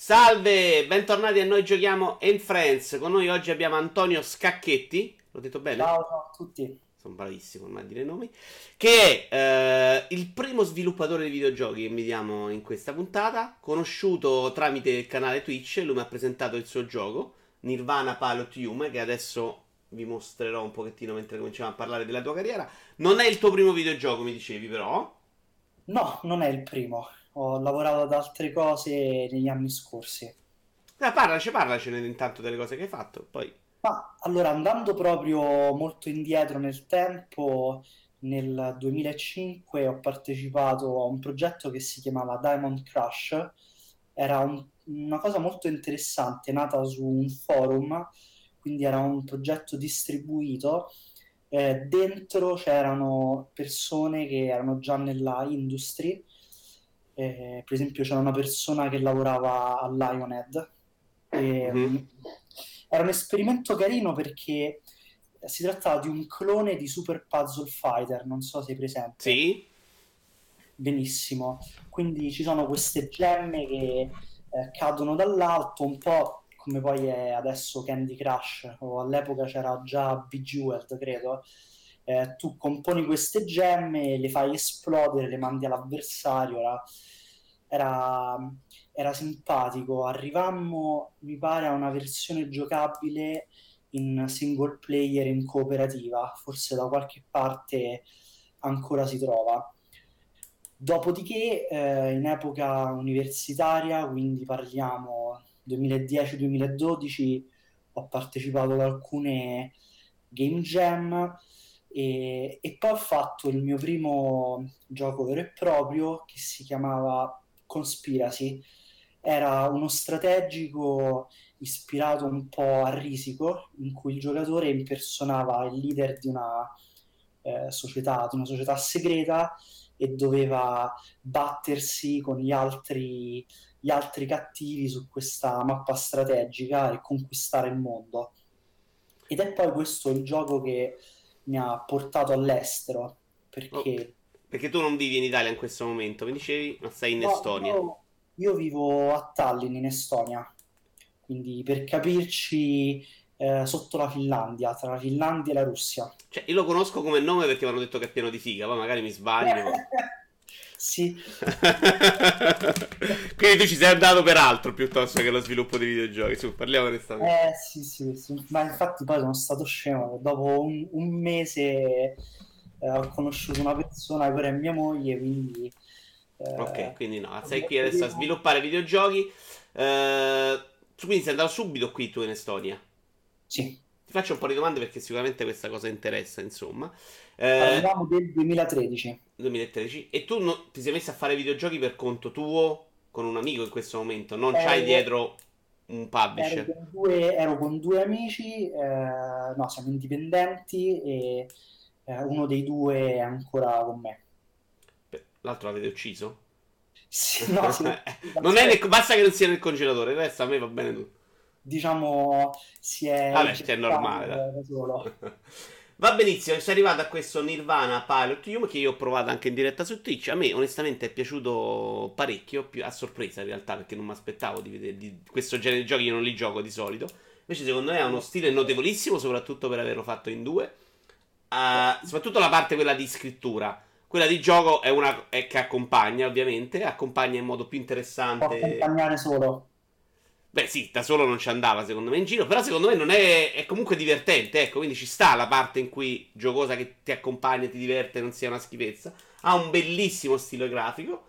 Salve, bentornati a Noi Giochiamo in Friends. Con noi oggi abbiamo Antonio Scacchetti. L'ho detto bene? Ciao, ciao a tutti. Sono bravissimo ormai a dire i nomi. Che è il primo sviluppatore di videogiochi che vediamo in questa puntata. Conosciuto tramite il canale Twitch. Lui mi ha presentato il suo gioco, Nirvana Pilot Hume, che adesso vi mostrerò un pochettino mentre cominciamo a parlare della tua carriera. Non è il tuo primo videogioco, mi dicevi, però. No, non è il primo. Ho lavorato ad altre cose negli anni scorsi. Parlacene intanto delle cose che hai fatto. Poi. Ma allora, andando proprio molto indietro nel tempo, nel 2005 ho partecipato a un progetto che si chiamava Diamond Crush. Era una cosa molto interessante, nata su un forum, quindi era un progetto distribuito. Dentro c'erano persone che erano già nella industry. Per esempio c'era una persona che lavorava a Lionhead. Mhm. Era un esperimento carino perché si trattava di un clone di Super Puzzle Fighter, non so se è presente. Sì? Benissimo. Quindi ci sono queste gemme che cadono dall'alto, un po' come poi è adesso Candy Crush, o all'epoca c'era già Bejeweled, credo. Tu componi queste gemme, le fai esplodere, le mandi all'avversario. Era, era simpatico. Arrivammo, mi pare, a una versione giocabile in single player in cooperativa, forse da qualche parte ancora si trova. Dopodiché, in epoca universitaria, quindi parliamo 2010-2012, ho partecipato ad alcune game jam e poi ho fatto il mio primo gioco vero e proprio che si chiamava Conspiracy. Era uno strategico ispirato un po' a Risico, in cui il giocatore impersonava il leader di una società segreta e doveva battersi con gli altri cattivi su questa mappa strategica e conquistare il mondo. Ed è poi questo il gioco che mi ha portato all'estero, Ok. perché Perché tu non vivi in Italia in questo momento, mi dicevi, ma stai in no, Estonia. io vivo a Tallinn in Estonia, quindi per capirci sotto la Finlandia, tra la Finlandia e la Russia. Cioè, io lo conosco come nome perché mi hanno detto che è pieno di figa, poi magari mi sbaglio. Sì. Quindi tu ci sei andato per altro piuttosto che lo sviluppo di videogiochi. Su, parliamo onestamente. Sì, sì, sì, ma infatti poi sono stato scemo, dopo un mese ho conosciuto una persona che ora è mia moglie, quindi Ok, eh, quindi no, sei qui adesso a volevo... sviluppare videogiochi. Quindi sei andato subito qui tu in Estonia. Sì, Ti faccio un po' di domande perché sicuramente questa cosa interessa, insomma. Eh, parliamo del 2013. 2013. E tu ti sei messo a fare videogiochi per conto tuo con un amico in questo momento, non c'hai Ero, dietro un publisher. ero con due amici, no, siamo indipendenti e uno dei due è ancora con me. L'altro l'avete ucciso? Sì, no, si è, Non è basta che non sia nel congelatore, il resto a me va bene tutto. diciamo, si è Vabbè, cioè, è normale, egettato da solo. dai. Va benissimo, sei arrivato a questo Nirvana Pilot Hume che io ho provato anche in diretta su Twitch. A me onestamente è piaciuto parecchio, più a sorpresa in realtà, perché non mi aspettavo di vedere di questo genere di giochi, io non li gioco di solito. Invece secondo me ha uno stile notevolissimo, soprattutto per averlo fatto in due. Soprattutto la parte quella di scrittura. Quella di gioco è che accompagna, ovviamente, accompagna in modo più Può interessante. accompagnare solo. Beh, sì, da solo non ci andava secondo me in giro, però secondo me non è comunque divertente, ecco, quindi ci sta la parte in cui giocosa che ti accompagna, ti diverte, non sia una schifezza. Ha un bellissimo stile grafico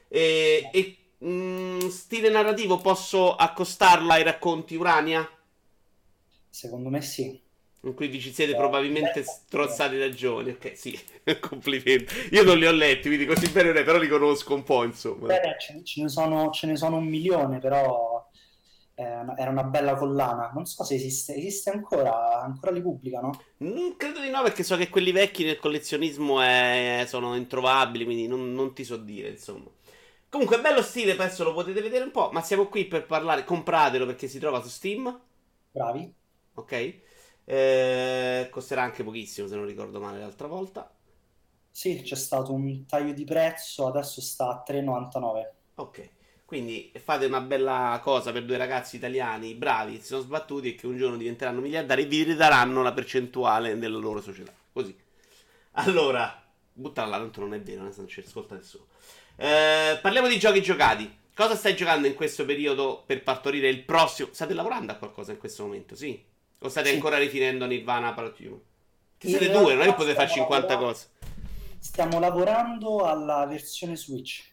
stile narrativo posso accostarlo ai racconti Urania, Secondo me sì. in cui vi ci siete probabilmente Diversa sì. strozzati da giovani. Ok, sì, complimenti. Io non li ho letti, quindi così bene non è, però li conosco un po', insomma. Beh, ce ne sono un milione, però era una bella collana. Non so se esiste ancora, ancora li pubblicano? Credo di no, perché so che quelli vecchi nel collezionismo sono introvabili, quindi non ti so dire, insomma. Comunque, bello stile, penso lo potete vedere un po', ma siamo qui per parlare, compratelo perché si trova su Steam, Bravi. ok? Costerà anche pochissimo, se non ricordo male l'altra volta. Sì, c'è stato un taglio di prezzo, adesso sta a 3,99. Ok. Quindi fate una bella cosa per due ragazzi italiani bravi, si sono sbattuti e che un giorno diventeranno miliardari e vi ridaranno la percentuale della loro società. Così. Allora, buttala là, tanto non è vero, non ci ascolta nessuno. Parliamo di giochi giocati. Cosa stai giocando in questo periodo per partorire il prossimo? State lavorando a qualcosa in questo momento, sì? O state Sì, ancora rifinendo Nirvana Palatino? Che in siete due, non è che realtà potete fare 50 cose. stiamo lavorando alla versione Switch.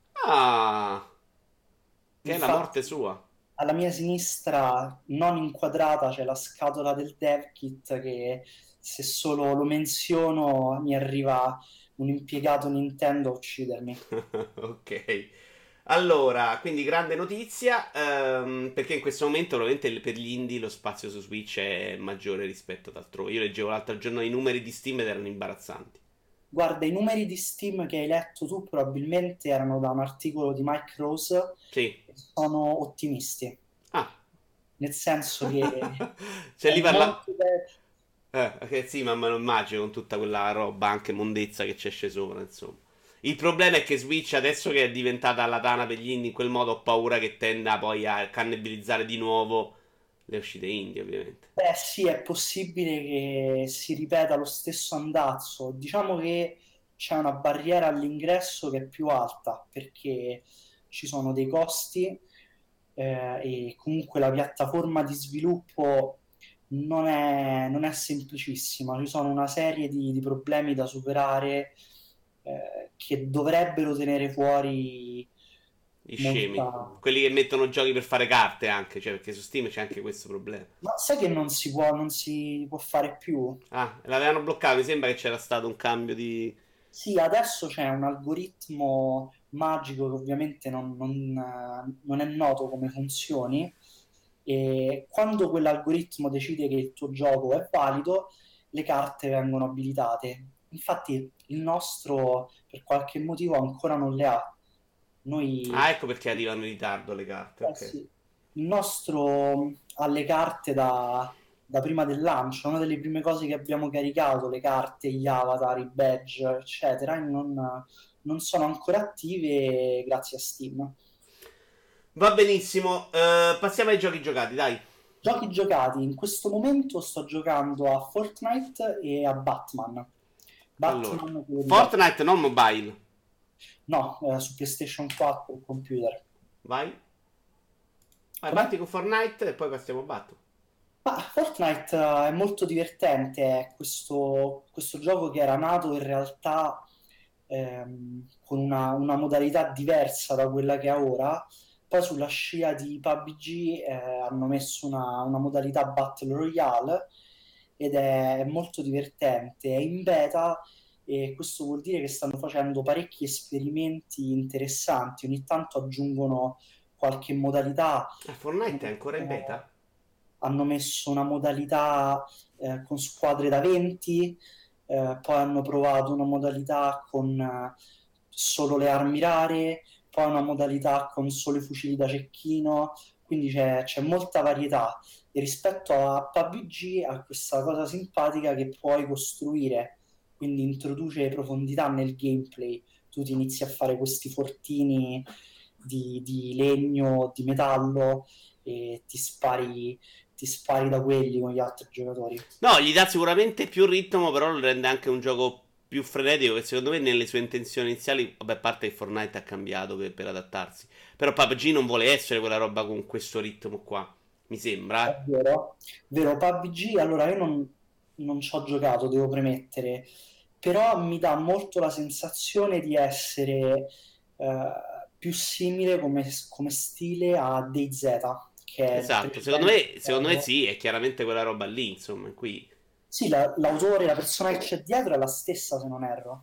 Ah, che è la morte Infatti, sua. alla mia sinistra, non inquadrata, c'è la scatola del dev kit che se solo lo menziono mi arriva un impiegato Nintendo a uccidermi. Ok. Allora, quindi grande notizia, perché in questo momento ovviamente per gli indie lo spazio su Switch è maggiore rispetto ad altrove. Io leggevo l'altro giorno i numeri di Steam ed erano imbarazzanti. Guarda, i numeri di Steam che hai letto tu probabilmente erano da un articolo di Mike Rose Sì. e sono ottimisti, Ah. nel senso che Cioè è lì parla... molto bello. che sì, ma me lo immagino con tutta quella roba, anche mondezza che c'è sceso sopra, insomma. Il problema è che Switch, adesso che è diventata la tana per gli indie, in quel modo ho paura che tenda poi a cannibalizzare di nuovo le uscite indie, ovviamente. Beh, sì, è possibile che si ripeta lo stesso andazzo. Diciamo che c'è una barriera all'ingresso che è più alta perché ci sono dei costi e comunque la piattaforma di sviluppo non è semplicissima. Ci sono una serie di problemi da superare che dovrebbero tenere fuori Gli scemi. molta. Quelli che mettono giochi per fare carte anche, cioè perché su Steam c'è anche questo problema. Ma sai che non si può fare più? Ah, l'avevano bloccato, mi sembra che c'era stato un cambio di... Sì, adesso c'è un algoritmo magico che ovviamente non è noto come funzioni e quando quell'algoritmo decide che il tuo gioco è valido, le carte vengono abilitate. Infatti il nostro per qualche motivo ancora non le ha. Noi Ah, ecco perché arrivano in ritardo le carte, ok. sì. Il nostro ha le carte da prima del lancio, una delle prime cose che abbiamo caricato, le carte, gli avatar, i badge, eccetera, e non sono ancora attive grazie a Steam. Va benissimo, passiamo ai giochi giocati, dai. Giochi giocati, in questo momento sto giocando a Fortnite e a Batman. Allora, Batman, quello di Batman. Fortnite non mobile. No, su PlayStation 4 o computer. Vai. Vai, Com'è? parti con Fortnite e poi passiamo a Battle. Ma Fortnite è molto divertente, è questo gioco che era nato in realtà con una modalità diversa da quella che ha ora. Poi sulla scia di PUBG hanno messo una modalità Battle Royale ed è molto divertente. È in beta e questo vuol dire che stanno facendo parecchi esperimenti interessanti. Ogni tanto aggiungono qualche modalità. Fortnite è ancora in beta? Hanno messo una modalità con squadre da 20, poi hanno provato una modalità con solo le armi rare, poi una modalità con solo i fucili da cecchino, quindi c'è molta varietà. E rispetto a PUBG ha questa cosa simpatica che puoi costruire, quindi introduce profondità nel gameplay. Tu ti inizi a fare questi fortini di legno, di metallo e ti spari da quelli con gli altri giocatori. No, gli dà sicuramente più ritmo, però lo rende anche un gioco più frenetico che secondo me nelle sue intenzioni iniziali, vabbè, a parte che Fortnite ha cambiato per adattarsi, però PUBG non vuole essere quella roba con questo ritmo qua, mi sembra, È vero, vero, PUBG, allora io non ci ho giocato, devo premettere, però mi dà molto la sensazione di essere eh, più simile come stile a DayZ, che è il Esatto, precedente secondo me gioco. sì, è chiaramente quella roba lì, insomma, qui. Sì, l'autore, la persona che c'è dietro è la stessa, se non erro.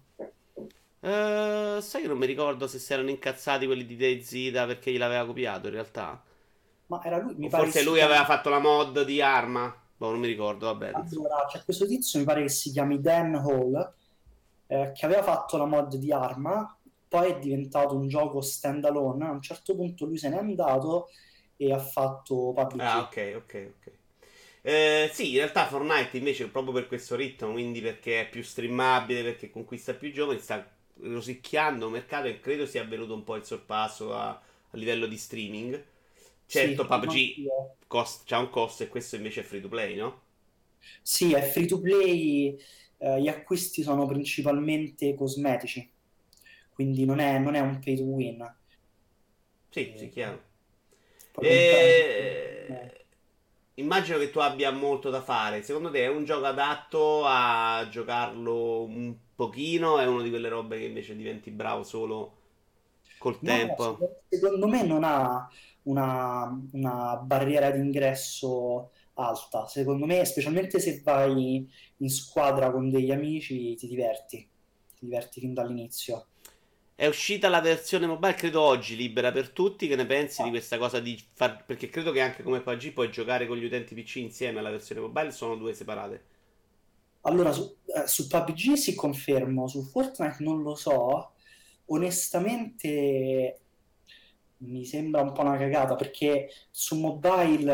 Sai che non mi ricordo se si erano incazzati quelli di DayZ perché gliel'aveva copiato in realtà? Ma era lui, mi O pare che forse si lui chiami. aveva fatto la mod di Arma? Boh, non mi ricordo, vabbè, insomma. Allora, c'è questo tizio, mi pare che si chiami Dan Hall, che aveva fatto la mod di Arma, poi è diventato un gioco standalone. A un certo punto lui se n'è andato e ha fatto Ah, PUBG. ok, ok, ok. Sì, in realtà Fortnite invece proprio per questo ritmo, quindi perché è più streamabile, perché conquista più giovani, sta rosicchiando un mercato e credo sia avvenuto un po' il sorpasso ad a livello di streaming. Sì, Certo, PUBG anch'io. c'ha un costo e questo invece è free to play, no? Sì, è free to play, gli acquisti sono principalmente cosmetici, quindi non è un pay to win. Sì, sì, Eh, chiaro. puoi comprare tutto. Immagino che tu abbia molto da fare. Secondo te è un gioco adatto a giocarlo un pochino? È una di quelle robe che invece diventi bravo solo col No, no, tempo? secondo me non ha una barriera d'ingresso alta. Secondo me, specialmente se vai in squadra con degli amici, ti diverti fin dall'inizio. È uscita la versione mobile, credo oggi, libera per tutti. Che ne pensi di Ah, questa cosa di far... Perché credo che anche come PUBG puoi giocare con gli utenti PC insieme alla versione mobile, sono due separate. allora, su PUBG si confermo, su Fortnite non lo so. Onestamente mi sembra un po' una cagata perché su mobile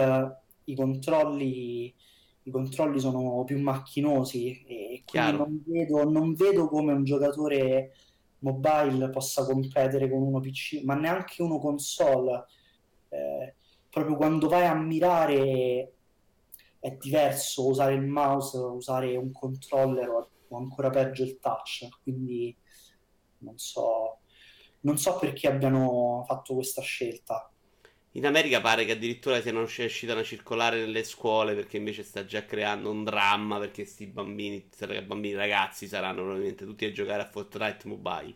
i controlli sono più macchinosi e quindi Chiaro? non vedo come un giocatore mobile possa competere con uno PC, ma neanche uno console. Proprio quando vai a mirare è diverso usare il mouse, usare un controller o ancora peggio il touch, quindi non so, non so perché abbiano fatto questa scelta. In America pare che addirittura siano uscita una circolare nelle scuole perché invece sta già creando un dramma perché sti bambini, bambini ragazzi saranno probabilmente tutti a giocare a Fortnite Mobile.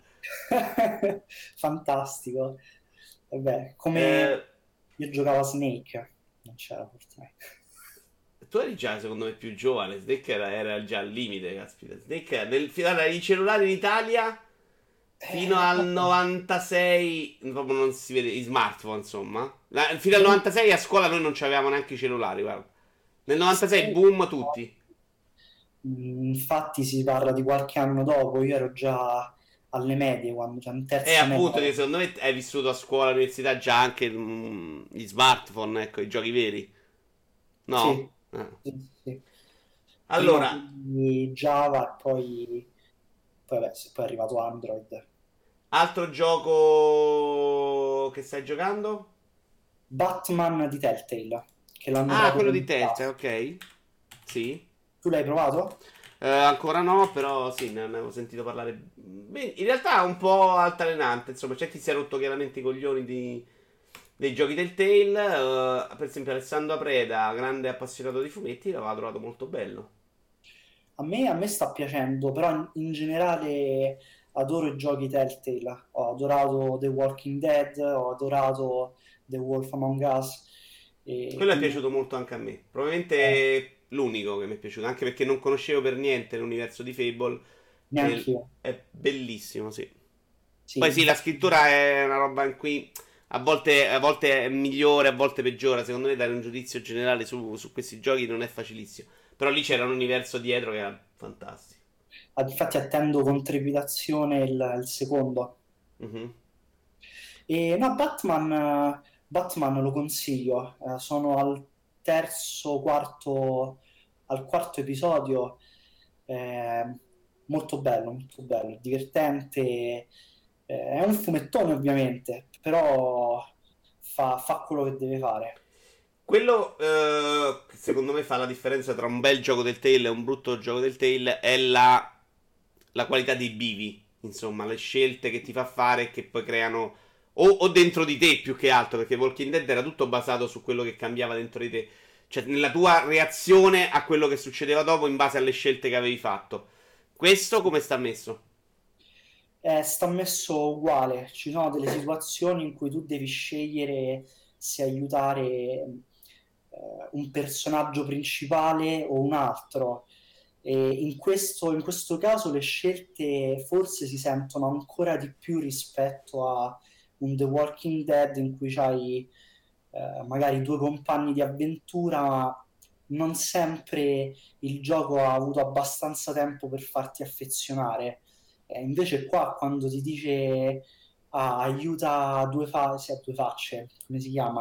Fantastico. Vabbè, Eh, come io giocavo a Snake, non c'era Fortnite. Tu eri già secondo me più giovane, Snake era già al limite, caspita. Snake allora, i cellulari in Italia fino al Vabbè, 96 proprio non si vede, i smartphone insomma. Fino al secondo 96 a scuola noi non avevamo neanche i cellulari, guarda. Nel 96 secondo boom tutti. infatti si parla di qualche anno dopo, io ero già alle medie, quando già in E terza appunto, media. che secondo me hai vissuto a scuola, all'università già anche gli smartphone, ecco, i giochi veri. Sì, No? sì, sì. Prima Allora, quindi Java e poi, vabbè, sì, poi è arrivato Android. altro gioco che stai giocando? Batman di Telltale, che l'hanno Ah, quello di Telltale, tradotto. ok. Sì. Tu l'hai provato? Ancora no, però sì, ne avevo sentito parlare. Beh, in realtà è un po' altalenante. Insomma, c'è chi si è rotto chiaramente i coglioni dei giochi del Tale. Per esempio, Alessandro Preda, grande appassionato di fumetti, l'aveva trovato molto bello. A me sta piacendo, però in generale adoro i giochi Telltale. Ho adorato The Walking Dead, ho adorato The Wolf Among Us, e Quello è quindi piaciuto molto anche a me. eh, Probabilmente l'unico che mi è piaciuto, anche perché non conoscevo per niente l'universo di Fable. E neanch'io. è bellissimo, sì. Sì, Poi sì, la infatti, scrittura è una roba in cui a volte è migliore, a volte peggiora. Secondo me dare un giudizio generale su questi giochi non è facilissimo. Però lì c'era un universo dietro che era fantastico. infatti attendo con trepidazione il secondo. Mhm. E no, Batman lo consiglio. Sono al quarto episodio. eh, molto bello, divertente. È un fumettone ovviamente, però fa quello che deve fare. Quello che secondo me fa la differenza tra un bel gioco del Tale e un brutto gioco del Tale è la qualità dei bivi. Insomma, le scelte che ti fa fare e che poi creano. O dentro di te più che altro, perché Walking Dead era tutto basato su quello che cambiava dentro di te. Cioè, nella tua reazione a quello che succedeva dopo in base alle scelte che avevi fatto. Questo come sta messo? Sta messo uguale, ci sono delle situazioni in cui tu devi scegliere se aiutare un personaggio principale o un altro. E in questo caso le scelte forse si sentono ancora di più rispetto a un The Walking Dead in cui hai magari due compagni di avventura, ma non sempre il gioco ha avuto abbastanza tempo per farti affezionare. Invece qua quando ti dice aiuta a due facce, come si chiama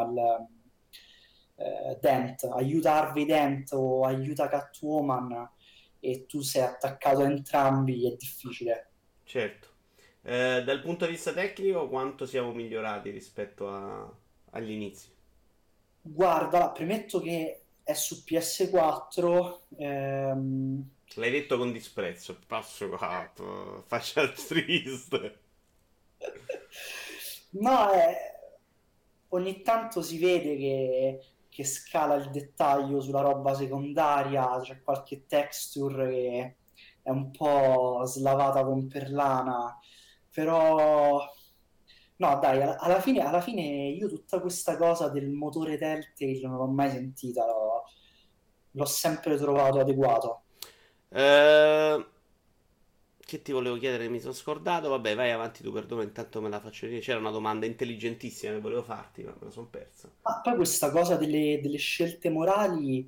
Dent, aiuta Harvey Dent o aiuta Catwoman e tu sei attaccato a entrambi, è difficile. Certo. Dal punto di vista tecnico, quanto siamo migliorati rispetto agli inizi? Guarda, premetto che è su PS4. L'hai detto con disprezzo. Passo qua, faccia triste. No, ogni tanto si vede che scala il dettaglio sulla roba secondaria, c'è qualche texture che è un po' slavata con perlana, però no, dai, alla fine io tutta questa cosa del motore Telltale non l'ho mai sentita, l'ho sempre trovato adeguato. Eh, che ti volevo chiedere? Mi sono scordato. Vabbè, vai avanti tu, perdono. Intanto me la faccio dire. C'era una domanda intelligentissima che volevo farti, ma me la sono persa. Ma poi questa cosa delle scelte morali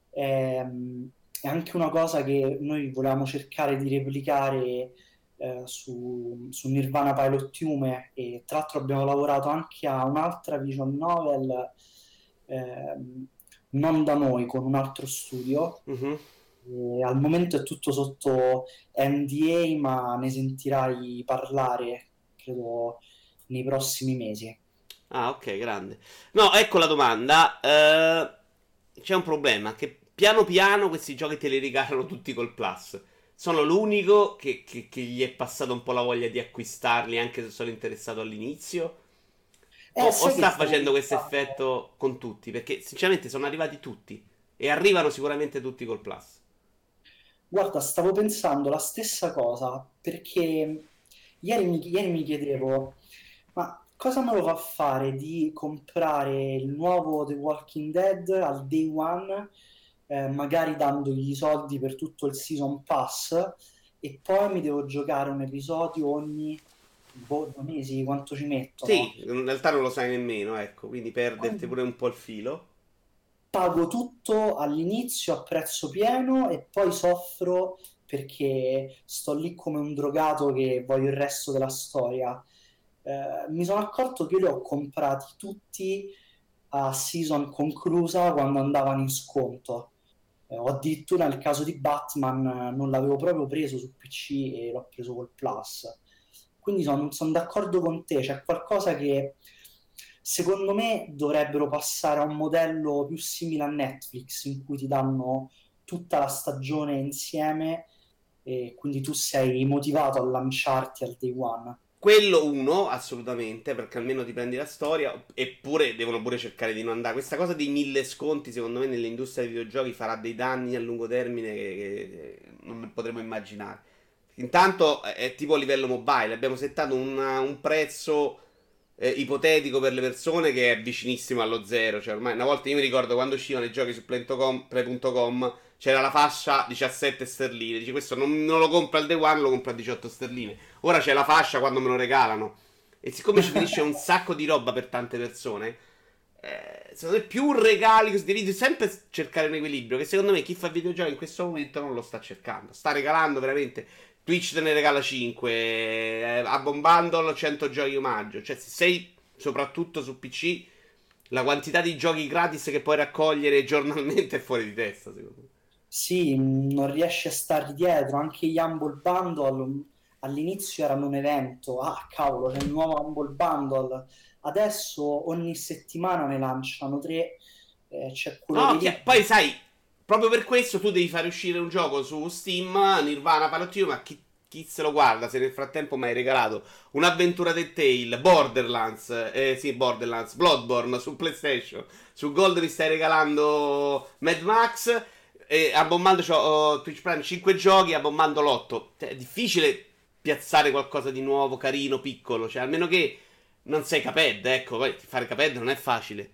è anche una cosa che noi volevamo cercare di replicare su Nirvana Pilot Fiume, e tra l'altro abbiamo lavorato anche a un'altra visual novel, non da noi, con un altro studio. Mhm. E al momento è tutto sotto NDA, ma ne sentirai parlare, credo, nei prossimi mesi. Ah, ok, grande. No, ecco la domanda. C'è un problema, che piano piano questi giochi te li regalano tutti col Plus. Sono l'unico che gli è passato un po' la voglia di acquistarli, anche se sono interessato all'inizio. O Sai che sta stavo facendo questo pensando? effetto con tutti? Perché sinceramente sono arrivati tutti. E arrivano sicuramente tutti col Plus. Guarda, stavo pensando la stessa cosa, perché ieri mi chiedevo, ma cosa me lo fa fare di comprare il nuovo The Walking Dead al day one, magari dandogli i soldi per tutto il season pass, e poi mi devo giocare un episodio ogni 2 mesi, quanto ci mettono? Sì, in realtà non lo sai nemmeno, ecco, quindi perderti Quindi pure un po' il filo. pago tutto all'inizio a prezzo pieno e poi soffro perché sto lì come un drogato che voglio il resto della storia. Mi sono accorto che li ho comprati tutti a season conclusa quando andavano in sconto. O addirittura nel caso di Batman non l'avevo proprio preso su PC e l'ho preso col Plus. Quindi sono d'accordo con te, c'è qualcosa che secondo me dovrebbero passare a un modello più simile a Netflix, in cui ti danno tutta la stagione insieme e quindi tu sei motivato a lanciarti al day one. Quello uno, assolutamente, perché almeno ti prendi la storia. Eppure devono pure cercare di non andare. Questa cosa dei 1000 sconti, secondo me, nell'industria dei videogiochi farà dei danni a lungo termine che non potremo immaginare. Intanto è tipo a livello mobile. Abbiamo settato un prezzo ipotetico per le persone che è vicinissimo allo zero. Cioè, ormai una volta io mi ricordo quando uscivano i giochi su Play.com c'era la fascia 17 sterline. Dici, questo non lo compra al day one, lo compra a 18 sterline. Ora c'è la fascia quando me lo regalano. E siccome ci finisce un sacco di roba per tante persone, secondo me più regali così devi sempre cercare un equilibrio. Che secondo me chi fa videogiochi in questo momento non lo sta cercando. Sta regalando veramente. Twitch te ne regala 5. A Bombandol 100 giochi omaggio. Cioè, se sei soprattutto su PC, la quantità di giochi gratis che puoi raccogliere giornalmente è fuori di testa, secondo me. Sì, non riesci a stargli dietro. Anche gli Humble Bundle all'inizio erano un evento. Ah, cavolo, c'è il nuovo Humble Bundle. Adesso ogni settimana ne lanciano tre. C'è quello No, dei libri. poi sai, proprio per questo tu devi fare uscire un gioco su Steam, Nirvana, Palottino, ma chi se lo guarda se nel frattempo mi hai regalato un'avventura del Tale, Borderlands, sì, Borderlands, Bloodborne su PlayStation, su Gold mi stai regalando Mad Max, e abbombando Twitch Prime 5 giochi, abbombando l'8. Cioè, è difficile piazzare qualcosa di nuovo, carino, piccolo, cioè almeno che non sei Caped, ecco, poi fare Caped non è facile.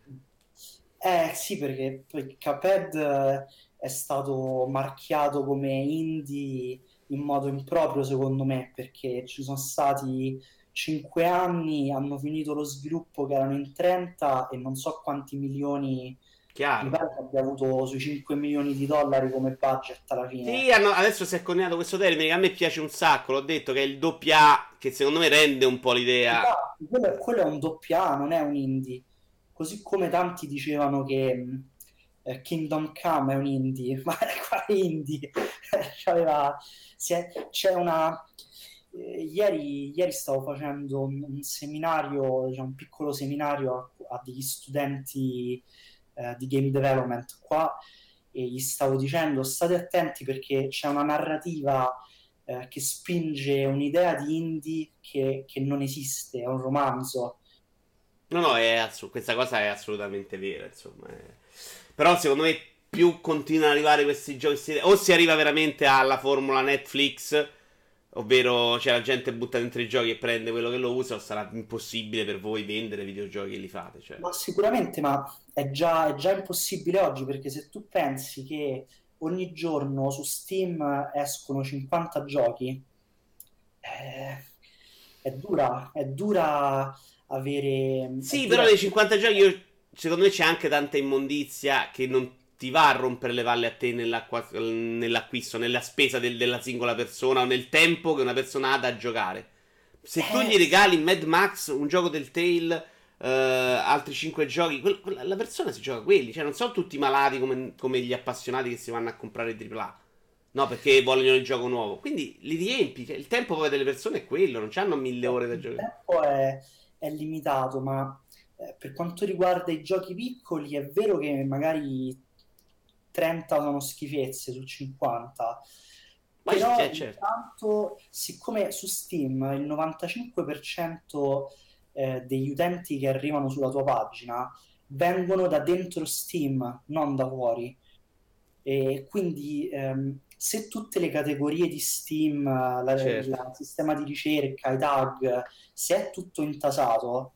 Sì, perché poi Cuphead è stato marchiato come indie in modo improprio, secondo me, perché ci sono stati 5 anni, hanno finito lo sviluppo che erano in 30 e non so quanti milioni, mi Chiaro. pare che abbia avuto sui 5 milioni di dollari come budget alla fine. Sì, adesso si è coniato questo termine che a me piace un sacco. L'ho detto che è il doppia A, che secondo me rende un po' l'idea. Esatto, quello è un doppia A, non è un indie. Così come tanti dicevano che Kingdom Come è un indie, ma è quale indie? C'aveva, c'è una... Ieri stavo facendo un seminario, diciamo, un piccolo seminario a degli studenti di game development qua e gli stavo dicendo state attenti perché c'è una narrativa che spinge un'idea di indie che non esiste, è un romanzo. No, no, questa cosa è assolutamente vera, insomma. Però secondo me più continuano ad arrivare questi giochi, o si arriva veramente alla formula Netflix, ovvero cioè, la gente butta dentro i giochi e prende quello che lo usa, o sarà impossibile per voi vendere videogiochi che li fate. Cioè. Ma sicuramente, ma è già impossibile oggi perché se tu pensi che ogni giorno su Steam escono 50 giochi, eh, è dura avere, è Sì, però dura. nei 50 giochi secondo me c'è anche tanta immondizia che non ti va a rompere le palle a te nell'acquisto, nella spesa della singola persona o nel tempo che una persona ha da giocare. Se tu gli Sì, regali Mad Max, un gioco del Tale, altri 5 giochi, la persona si gioca quelli. Cioè, non sono tutti malati come gli appassionati che si vanno a comprare il AAA. No, perché vogliono il gioco nuovo. Quindi li riempi. Cioè, il tempo poi delle persone è quello, non hanno 1000 ore da il giocare. tempo è limitato, ma per quanto riguarda i giochi piccoli è vero che magari 30 sono schifezze su 50, Poi però certo. intanto, siccome su Steam il 95% degli utenti che arrivano sulla tua pagina vengono da dentro Steam, non da fuori. E quindi se tutte le categorie di Steam, Certo. il sistema di ricerca, i tag, se è tutto intasato,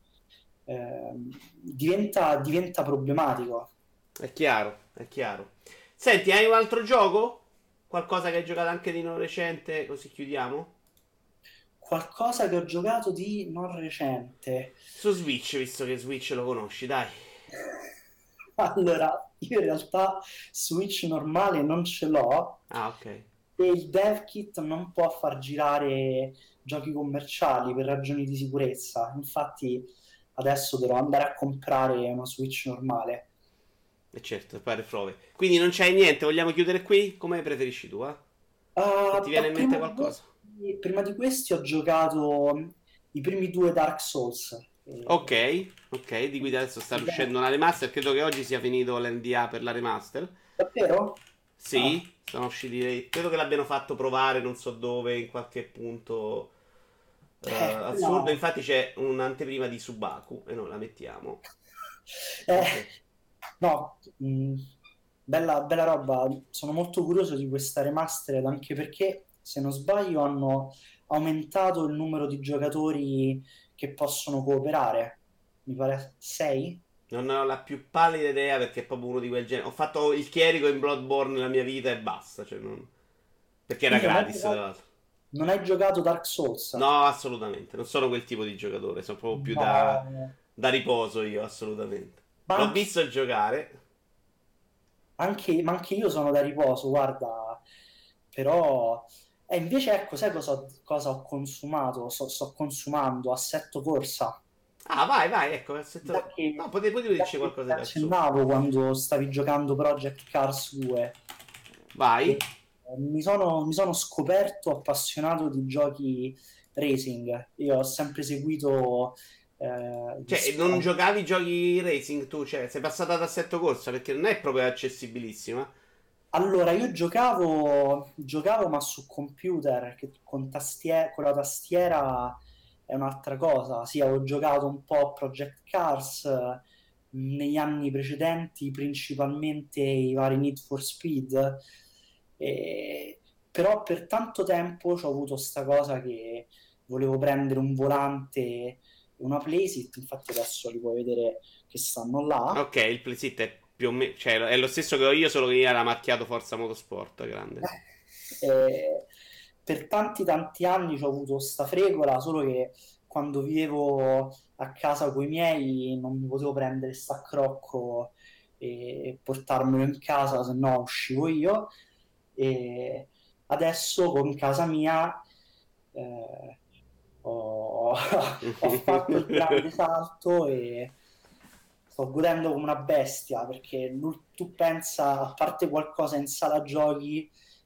diventa problematico. È chiaro, è chiaro. Senti, hai un altro gioco? Qualcosa che hai giocato anche di non recente? Così chiudiamo? Qualcosa che ho giocato di non recente. Su Switch, visto che Switch lo conosci, dai. Allora, io in realtà Switch normale non ce l'ho Ah, ok. e il dev kit non può far girare giochi commerciali per ragioni di sicurezza. Infatti adesso dovrò andare a comprare una Switch normale. E certo, pare prove. Quindi non c'hai niente, vogliamo chiudere qui? Come preferisci tu, eh? Se ti viene in mente qualcosa. Prima di questi ho giocato i primi due Dark Souls. Ok, ok, di cui adesso sta uscendo una remaster. Credo che oggi sia finito l'NDA per la remaster. Davvero? Ah, Sì, sono usciti. Credo che l'abbiano fatto provare non so dove, in qualche punto assurdo. quella... Infatti c'è un'anteprima di Subaku e noi la mettiamo. Eh, Ok. no, bella roba. Sono molto curioso di questa remastered anche perché, se non sbaglio, hanno aumentato il numero di giocatori che possono cooperare. Mi pare 6? Non ne ho la più pallida idea perché è proprio uno di quel genere. Ho fatto il chierico in Bloodborne nella mia vita e basta. Cioè perché era Quindi gratis, tra l'altro. non hai giocato Dark Souls? No, assolutamente. Non sono quel tipo di giocatore. Sono proprio più No. da riposo io, assolutamente. Ma L'ho anche, visto giocare. ma anche io sono da riposo, guarda, però... E invece ecco, sai cosa ho consumato? Sto consumando Assetto Corsa. Ah, vai, vai, ecco. Da che, No, potevo da dirci che qualcosa ti di Dark Souls. accennavo quando stavi giocando Project Cars 2. E, Vai. mi sono scoperto appassionato di giochi racing. Io ho sempre seguito gli Cioè, non sport. giocavi giochi racing tu? Cioè, sei passata ad assetto corsa perché non è proprio accessibilissima. Allora, io giocavo ma su computer, che con la tastiera è un'altra cosa. Sì, avevo giocato un po' a Project Cars negli anni precedenti, principalmente i vari Need for Speed, e- però per tanto tempo ho avuto sta cosa che volevo prendere un volante e una Playsit, infatti adesso li puoi vedere che stanno là. Ok, il playset è più o meno. Cioè, è lo stesso che ho io, solo che io era marchiato Forza Motorsport, grande. Eh, per tanti tanti anni ho avuto sta fregola, solo che quando vivevo a casa con i miei non mi potevo prendere st'accrocco e portarmelo in casa, se no uscivo io. E adesso con casa mia eh, ho, ho fatto il grande salto e sto godendo come una bestia perché tu pensa, a parte qualcosa in sala giochi,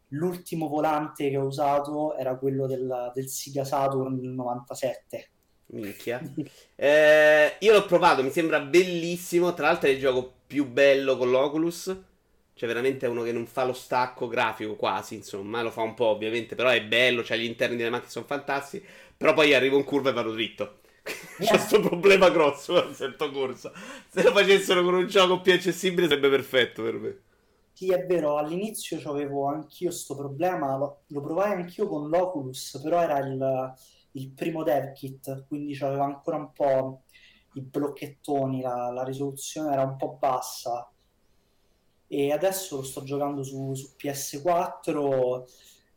L'ultimo volante che ho usato era quello del Sega Saturn del 97. Minchia. Io l'ho provato, mi sembra bellissimo. Tra l'altro è il gioco più bello con l'Oculus. Cioè, veramente è uno che non fa lo stacco grafico quasi, insomma. Lo fa un po', ovviamente, però è bello. Cioè, gli interni delle macchine sono fantastici. Però poi arrivo in curva e vado dritto. C'è questo problema grosso a un certo corso. Se lo facessero con un gioco più accessibile sarebbe perfetto per me. Sì, è vero, all'inizio avevo anch'io sto problema, lo provai anch'io con l'Oculus, però era il primo dev kit, quindi c'aveva ancora un po' i blocchettoni, la risoluzione era un po' bassa. E adesso lo sto giocando su PS4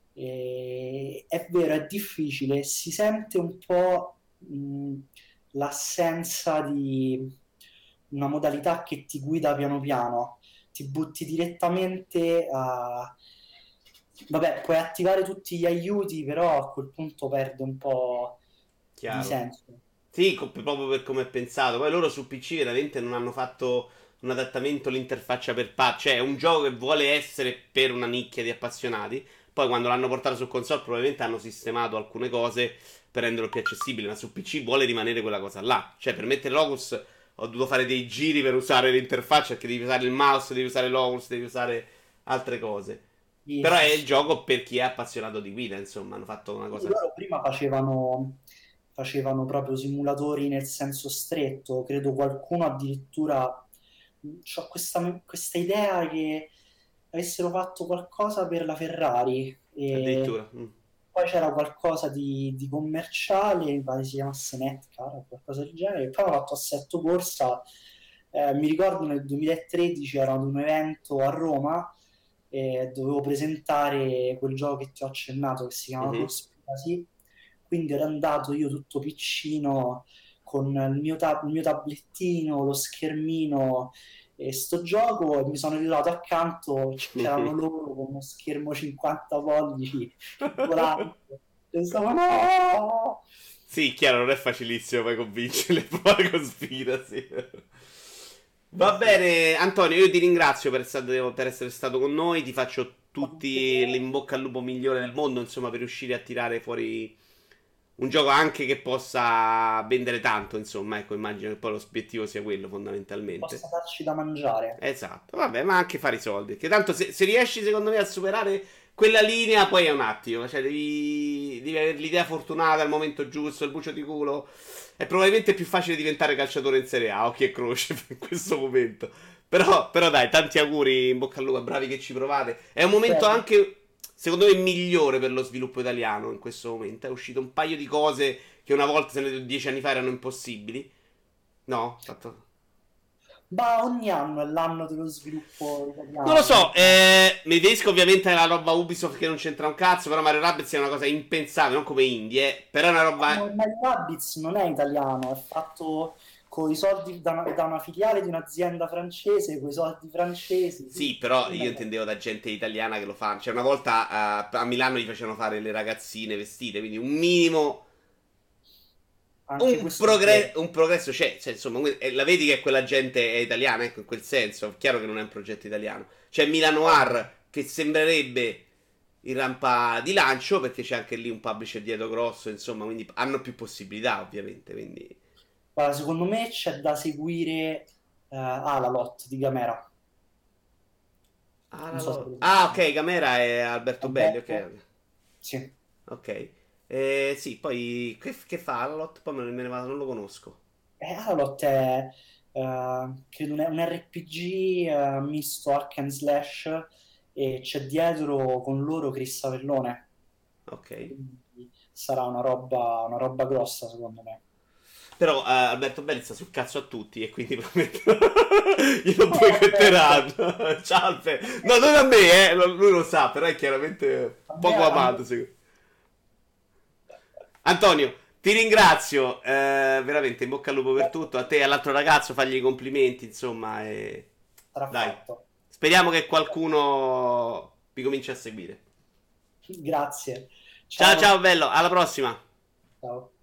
e è vero, è difficile, si sente un po' l'assenza di una modalità che ti guida piano piano, ti butti direttamente a... Vabbè, puoi attivare tutti gli aiuti, però a quel punto perde un po' di Chiaro. senso. Sì, proprio per come è pensato. Poi loro su PC veramente non hanno fatto un adattamento all'interfaccia per patch. Cioè, è un gioco che vuole essere per una nicchia di appassionati. Poi quando l'hanno portato su console probabilmente hanno sistemato alcune cose per renderlo più accessibile. Ma su PC vuole rimanere quella cosa là. Cioè, per mettere l'Oculus ho dovuto fare dei giri per usare l'interfaccia perché devi usare il mouse, devi usare l'Oculus, devi usare altre cose. Sì, Però è sì, il sì. gioco per chi è appassionato di guida, insomma, hanno fatto una Sì, cosa. loro prima facevano proprio simulatori nel senso stretto, credo qualcuno addirittura, ho questa idea che avessero fatto qualcosa per la Ferrari e Addirittura. poi c'era qualcosa di commerciale, mi pare si chiamasse Netcar o qualcosa del genere, e poi hanno fatto assetto corsa, mi ricordo nel 2013 era ad un evento a Roma e dovevo presentare quel gioco che ti ho accennato che si chiama Mhm. Cospiracy, quindi ero andato io tutto piccino con il mio tablettino, lo schermino e sto gioco e mi sono ritrovato accanto, c'erano loro con uno schermo 50 pollici, il volante, e stavo no! Sì, chiaro, non è facilissimo poi convincerli a provare Conspiracy. Va Sì. bene, Antonio, io ti ringrazio per essere stato con noi. Ti faccio Anche tutti te. l'in bocca al lupo migliore del mondo, insomma, per riuscire a tirare fuori un gioco anche che possa vendere tanto, insomma. Ecco, immagino che poi l'obiettivo sia quello, fondamentalmente. Possa darci da mangiare. Esatto, vabbè, ma anche fare i soldi. Che tanto se riesci, secondo me, a superare quella linea, poi è un attimo. Cioè, devi avere l'idea fortunata al momento giusto, il bucio di culo. È probabilmente più facile diventare calciatore in Serie A, occhi e croce, in questo momento. Però dai, tanti auguri, in bocca al lupo, bravi che ci provate. È un momento Beh, anche, secondo me, migliore per lo sviluppo italiano in questo momento. È uscito un paio di cose che una volta, se ne 10 anni fa, erano impossibili. No? Fatto... ma ogni anno è l'anno dello sviluppo Non lo italiano. so, mi riferisco ovviamente alla roba Ubisoft che non c'entra un cazzo, però Mario Rabbids è una cosa impensabile, non come indie, però è una roba... Ma il Rabbids non è italiano, è fatto con i soldi da una filiale di un'azienda francese, con i soldi francesi, sì. Sì, però Non io è- intendevo da gente italiana che lo fa. Cioè, una volta a Milano gli facevano fare le ragazzine vestite, quindi un minimo... Anche questo è vero. Un progresso c'è, cioè, insomma, la vedi che quella gente è italiana, ecco, in quel senso. È chiaro che non è un progetto italiano. C'è Milano Noir che sembrerebbe in rampa di lancio, perché c'è anche lì un publisher dietro grosso, insomma, quindi hanno più possibilità, ovviamente. Quindi... Guarda, secondo me c'è da seguire Alalot di Gamera. Ah, Non so se lo ok, Camera è Alberto Belli, Alberto? ok. Sì. Ok. Sì, poi che fa Alalot? Poi me ne vado, non lo conosco. Alalot è credo un RPG misto hack and slash e c'è dietro con loro Chris Avellone. Ok. Quindi sarà una roba grossa secondo me. Però Alberto Belli sta sul cazzo a tutti e quindi prometto glielo Alberto, boicotteranno. Ciao Alberto. No, non a me, lui lo sa, però è chiaramente poco a me amato. Antonio, ti ringrazio, veramente in bocca al lupo per tutto. A te e all'altro ragazzo fagli i complimenti, insomma. E... sarà Dai, fatto. speriamo che qualcuno vi cominci a seguire. Grazie. Ciao ciao Ciao. bello, alla prossima. Ciao.